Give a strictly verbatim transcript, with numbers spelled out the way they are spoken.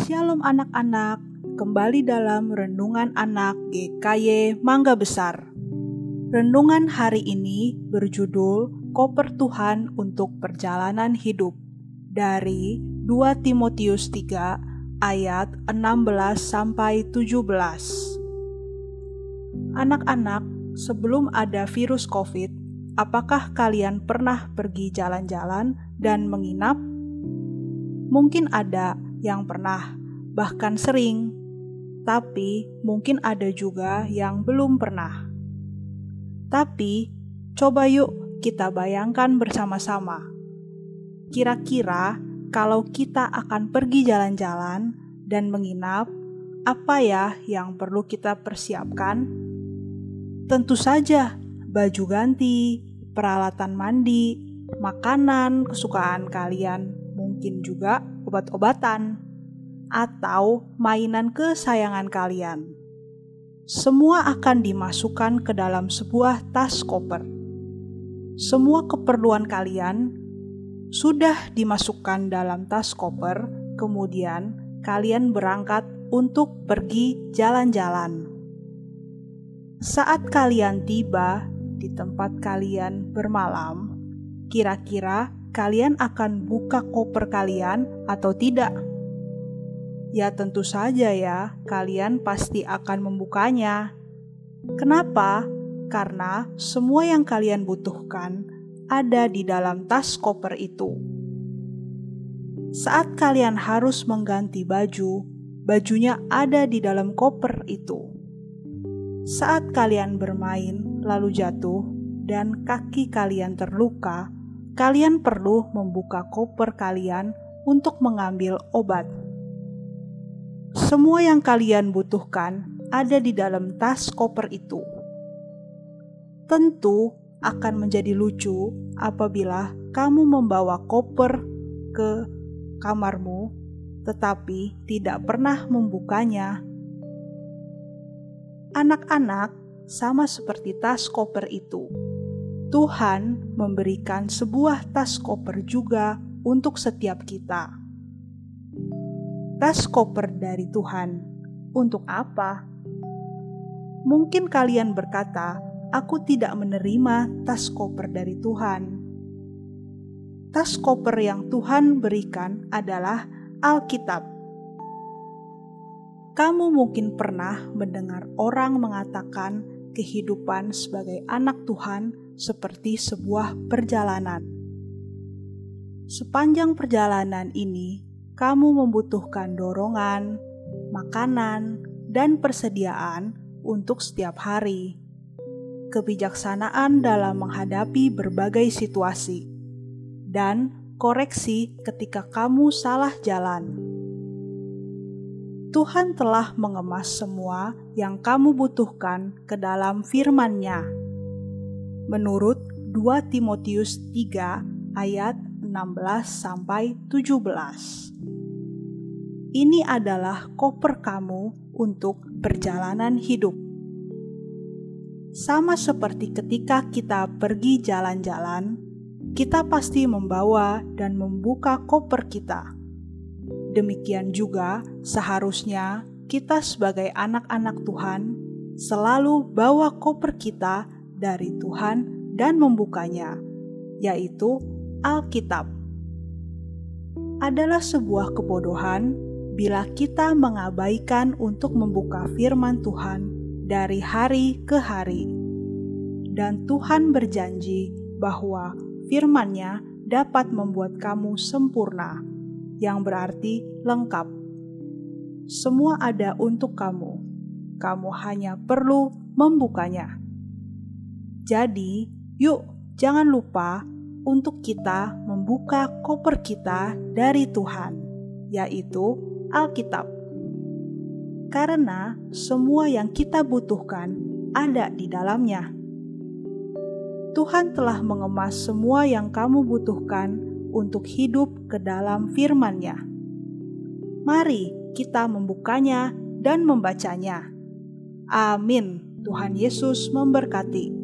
Shalom anak-anak, kembali dalam Renungan Anak G K Y Mangga Besar. Renungan hari ini berjudul Koper Tuhan untuk Perjalanan Hidup dari dua Timotius tiga ayat enam belas sampai tujuh belas. Anak-anak, sebelum ada virus COVID, apakah kalian pernah pergi jalan-jalan dan menginap? Mungkin ada yang pernah, bahkan sering, tapi mungkin ada juga yang belum pernah. Tapi, coba yuk kita bayangkan bersama-sama. Kira-kira kalau kita akan pergi jalan-jalan dan menginap, apa ya yang perlu kita persiapkan? Tentu saja, baju ganti, peralatan mandi, makanan kesukaan kalian, mungkin juga obat-obatan, atau mainan kesayangan kalian. Semua akan dimasukkan ke dalam sebuah tas koper. Semua keperluan kalian sudah dimasukkan dalam tas koper, kemudian kalian berangkat untuk pergi jalan-jalan. Saat kalian tiba di tempat kalian bermalam, kira-kira kalian akan buka koper kalian atau tidak? Ya tentu saja ya, kalian pasti akan membukanya. Kenapa? Karena semua yang kalian butuhkan ada di dalam tas koper itu. Saat kalian harus mengganti baju, bajunya ada di dalam koper itu. Saat kalian bermain lalu jatuh dan kaki kalian terluka, kalian perlu membuka koper kalian untuk mengambil obat. Semua yang kalian butuhkan ada di dalam tas koper itu. Tentu akan menjadi lucu apabila kamu membawa koper ke kamarmu, tetapi tidak pernah membukanya. Anak-anak, sama seperti tas koper itu, Tuhan memberikan sebuah tas koper juga untuk setiap kita. Tas koper dari Tuhan, untuk apa? Mungkin kalian berkata, aku tidak menerima tas koper dari Tuhan. Tas koper yang Tuhan berikan adalah Alkitab. Kamu mungkin pernah mendengar orang mengatakan kehidupan sebagai anak Tuhan seperti sebuah perjalanan. Sepanjang perjalanan ini, kamu membutuhkan dorongan, makanan, dan persediaan untuk setiap hari. Kebijaksanaan dalam menghadapi berbagai situasi, dan koreksi ketika kamu salah jalan. Tuhan telah mengemas semua yang kamu butuhkan ke dalam firman-Nya. Menurut dua Timotius tiga ayat enam belas sampai tujuh belas. Ini adalah koper kamu untuk perjalanan hidup. Sama seperti ketika kita pergi jalan-jalan, kita pasti membawa dan membuka koper kita. Demikian juga seharusnya kita sebagai anak-anak Tuhan selalu bawa koper kita dari Tuhan dan membukanya, yaitu Alkitab. Adalah sebuah kebodohan bila kita mengabaikan untuk membuka firman Tuhan dari hari ke hari. Dan Tuhan berjanji bahwa firman-Nya dapat membuat kamu sempurna, yang berarti lengkap. Semua ada untuk kamu. Kamu hanya perlu membukanya. Jadi, yuk jangan lupa untuk kita membuka koper kita dari Tuhan, yaitu Alkitab. Karena semua yang kita butuhkan ada di dalamnya. Tuhan telah mengemas semua yang kamu butuhkan untuk hidup ke dalam firman-Nya. Mari kita membukanya dan membacanya. Amin. Tuhan Yesus memberkati.